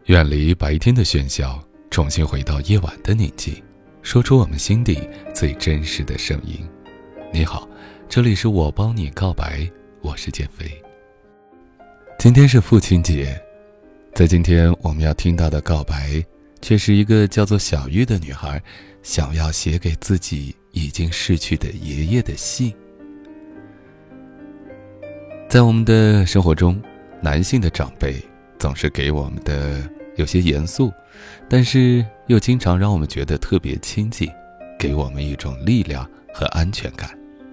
远离白天的喧嚣，重新回到夜晚的宁静，说出我们心底最真实的声音。你好，这里是我帮你告白，我是减肥。今天是父亲节，在今天我们要听到的告白，却是一个叫做小玉的女孩想要写给自己已经逝去的爷爷的信。在我们的生活中，男性的长辈总是给我们的有些严肃，但是又经常让我们觉得特别亲近，给我们一种力量和安全感。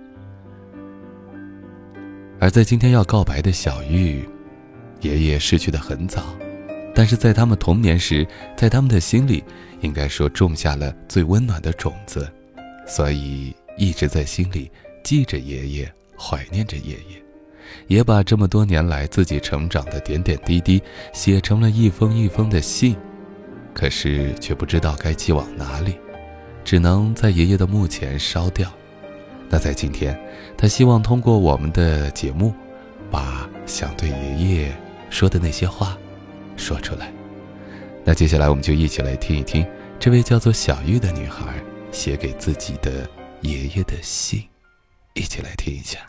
而在今天要告白的小玉，爷爷逝去得很早，但是在他们童年时，在他们的心里应该说种下了最温暖的种子，所以一直在心里记着爷爷，怀念着爷爷，也把这么多年来自己成长的点点滴滴写成了一封一封的信，可是却不知道该寄往哪里，只能在爷爷的墓前烧掉。那在今天，他希望通过我们的节目，把想对爷爷说的那些话说出来。那接下来我们就一起来听一听这位叫做小玉的女孩写给自己的爷爷的信，一起来听一下。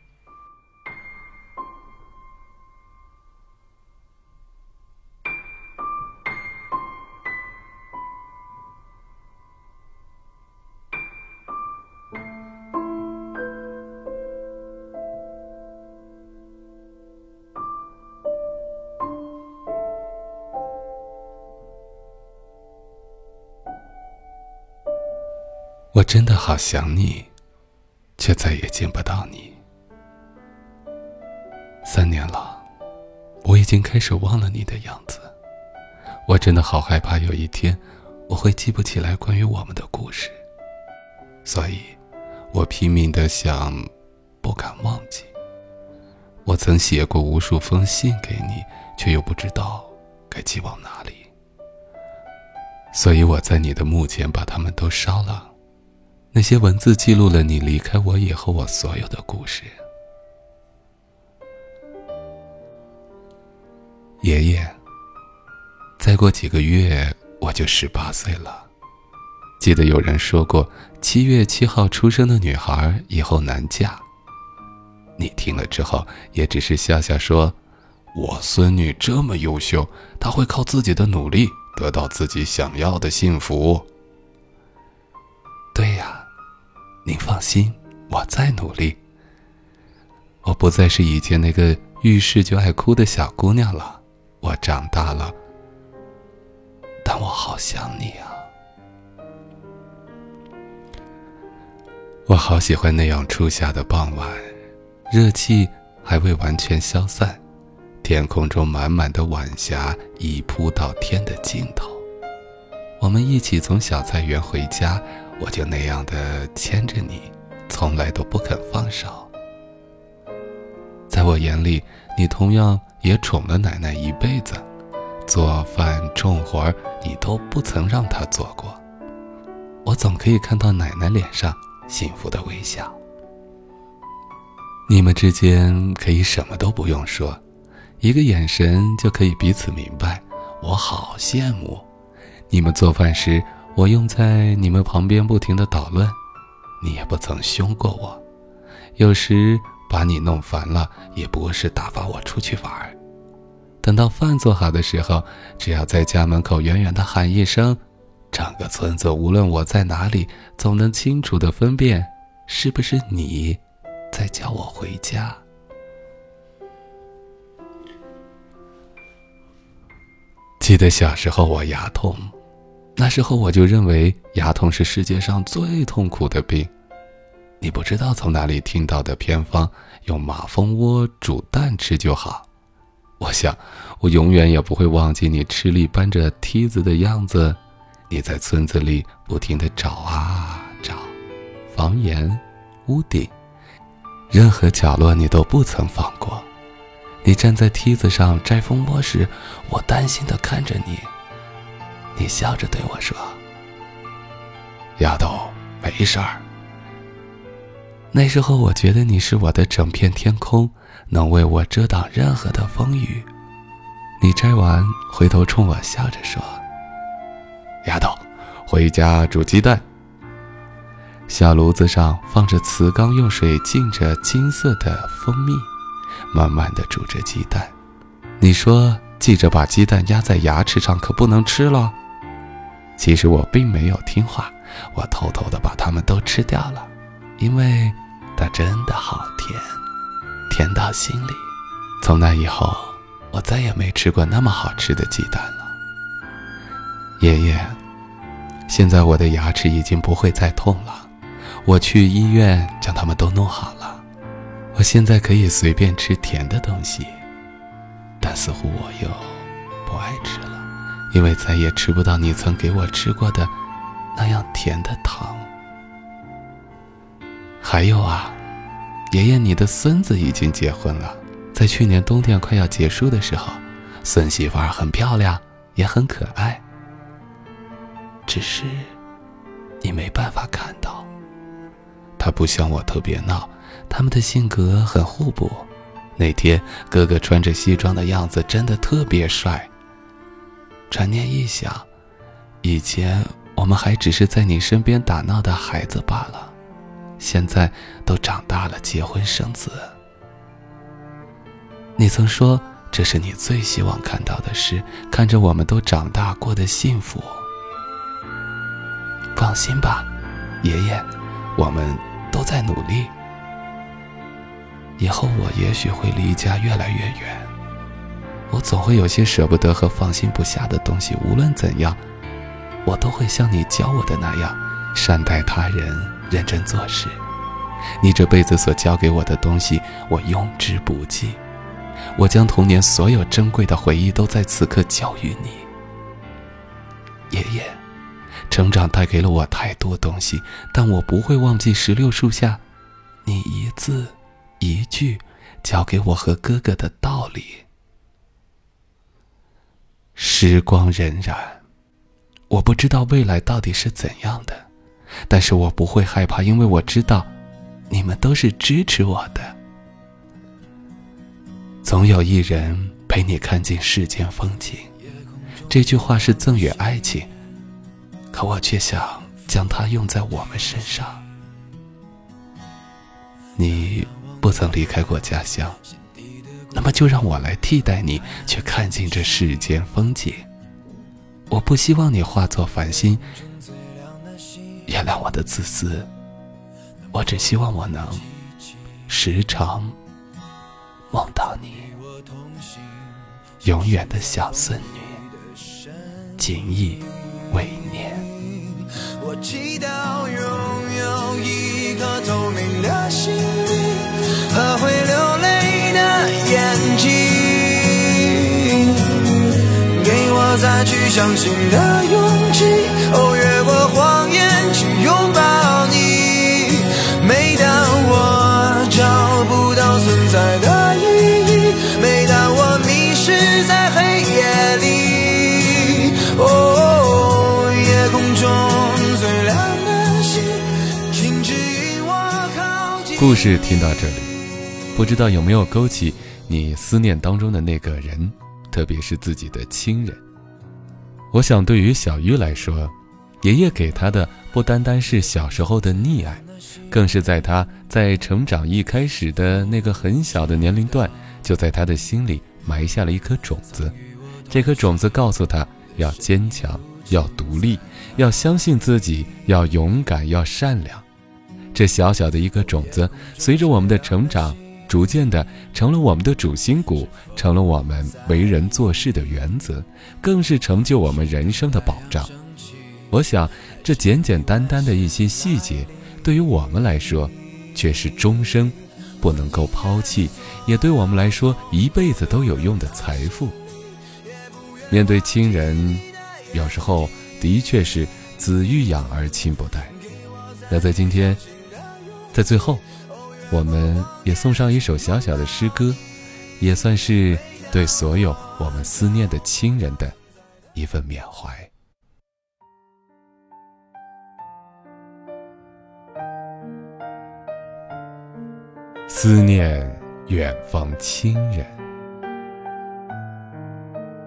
我真的好想你，却再也见不到你。3年了，我已经开始忘了你的样子。我真的好害怕有一天我会记不起来关于我们的故事，所以我拼命地想，不敢忘记。我曾写过无数封信给你，却又不知道该寄往哪里，所以我在你的墓前把它们都烧了。那些文字记录了你离开我以后我所有的故事。爷爷，再过几个月我就18岁了。记得有人说过，7月7号出生的女孩以后难嫁。你听了之后也只是笑笑说，我孙女这么优秀，她会靠自己的努力得到自己想要的幸福。对呀，您放心，我在努力。我不再是以前那个遇事就爱哭的小姑娘了，我长大了，但我好想你啊。我好喜欢那样初夏的傍晚，热气还未完全消散，天空中满满的晚霞已铺到天的尽头。我们一起从小菜园回家，我就那样的牵着你，从来都不肯放手。在我眼里，你同样也宠了奶奶一辈子，做饭重活儿你都不曾让她做过。我总可以看到奶奶脸上幸福的微笑。你们之间可以什么都不用说，一个眼神就可以彼此明白，我好羡慕。你们做饭时，我用在你们旁边不停地捣乱，你也不曾凶过我。有时把你弄烦了，也不过是打发我出去玩。等到饭做好的时候，只要在家门口远远地喊一声，整个村子无论我在哪里，总能清楚地分辨是不是你在叫我回家。记得小时候我牙痛，那时候我就认为牙痛是世界上最痛苦的病。你不知道从哪里听到的偏方，用马蜂窝煮蛋吃就好。我想我永远也不会忘记你吃力搬着梯子的样子，你在村子里不停地找啊找，房檐、屋顶，任何角落你都不曾放过。你站在梯子上摘蜂窝时，我担心地看着你，你笑着对我说，丫头，没事儿。那时候我觉得你是我的整片天空，能为我遮挡任何的风雨。 你摘完回头冲我笑着说：丫头，回家煮鸡蛋。小炉子上放着瓷缸，用水浸着金色的蜂蜜，慢慢地煮着鸡蛋。你说记着把鸡蛋压在牙齿上，可不能吃了。其实我并没有听话，我偷偷地把它们都吃掉了，因为它真的好甜，甜到心里。从那以后，我再也没吃过那么好吃的鸡蛋了。爷爷，现在我的牙齿已经不会再痛了，我去医院将它们都弄好了。我现在可以随便吃甜的东西，但似乎我又不爱吃了，因为再也吃不到你曾给我吃过的那样甜的糖。还有啊，爷爷，你的孙子已经结婚了，在去年冬天快要结束的时候，孙媳妇儿很漂亮，也很可爱，只是你没办法看到。她不像我特别闹，他们的性格很互补。那天哥哥穿着西装的样子真的特别帅。转念一想，以前我们还只是在你身边打闹的孩子罢了，现在都长大了，结婚生子。你曾说这是你最希望看到的事，看着我们都长大，过得幸福。放心吧，爷爷，我们都在努力。以后我也许会离家越来越远，我总会有些舍不得和放心不下的东西，无论怎样，我都会像你教我的那样，善待他人，认真做事。你这辈子所教给我的东西，我用之不尽。我将童年所有珍贵的回忆都在此刻教予你。爷爷，成长带给了我太多东西，但我不会忘记16树下你一字一句教给我和哥哥的道理。时光荏苒，我不知道未来到底是怎样的，但是我不会害怕，因为我知道你们都是支持我的。总有一人陪你看尽世间风景，这句话是赠予爱情，可我却想将它用在我们身上。你不曾离开过家乡，那么就让我来替代你，去看尽这世间风景。我不希望你化作繁星，原谅我的自私，我只希望我能时常梦到你，永远的小孙女，锦衣未年。 我祈祷拥有一颗透明的心灵和会流泪的眼睛，给我再去相信的勇气，越过谎言去拥抱你。每当我找不到存在的意义，每当我迷失在黑夜里，夜空中最亮的星，请指引我靠近。 故事听到这里，不知道有没有勾起你思念当中的那个人，特别是自己的亲人。我想对于小玉来说，爷爷给他的不单单是小时候的溺爱，更是在他在成长一开始的那个很小的年龄段，就在他的心里埋下了一颗种子。这颗种子告诉他要坚强，要独立，要相信自己，要勇敢，要善良。这小小的一个种子，随着我们的成长，逐渐的成了我们的主心骨，成了我们为人做事的原则，更是成就我们人生的保障。我想这简简单单的一些细节，对于我们来说却是终生不能够抛弃，也对我们来说一辈子都有用的财富。面对亲人，有时候的确是子欲养而亲不待。那在今天，在最后，我们也送上一首小小的诗歌，也算是对所有我们思念的亲人的一份缅怀。思念远方亲人，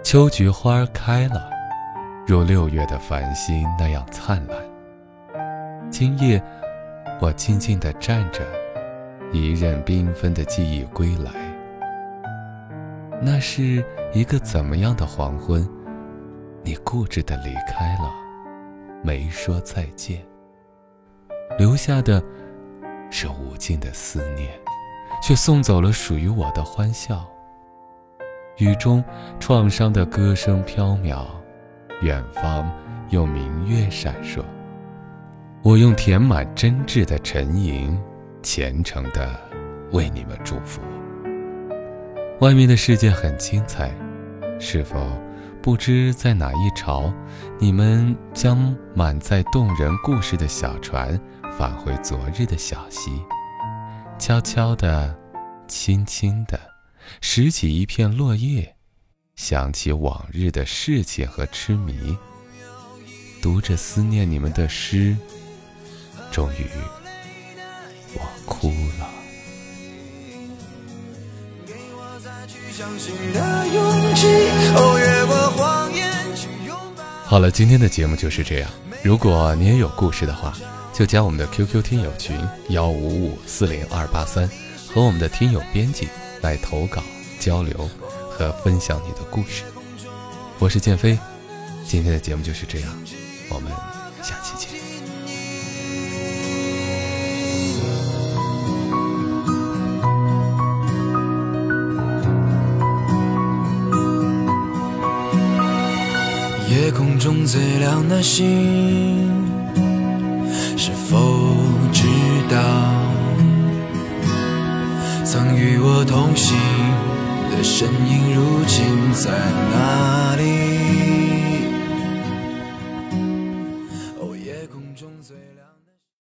秋菊花开了，如6月的繁星那样灿烂。今夜我静静地站着，一任缤纷的记忆归来。那是一个怎么样的黄昏？你固执地离开了，没说再见，留下的是无尽的思念，却送走了属于我的欢笑。雨中创伤的歌声飘渺，远方有明月闪烁。我用填满真挚的沉吟，虔诚地为你们祝福。外面的世界很精彩，是否不知在哪一朝，你们将满载动人故事的小船返回昨日的小溪，悄悄地，轻轻地拾起一片落叶，想起往日的事情和痴迷，读着思念你们的诗，终于我哭了。好了，今天的节目就是这样。如果你也有故事的话，就加我们的 QQ 听友群155402883，和我们的听友编辑来投稿交流和分享你的故事。我是建飞，今天的节目就是这样，我们下期见。 夜空中最亮的星，是否知道曾与我同行的身影如今在哪里？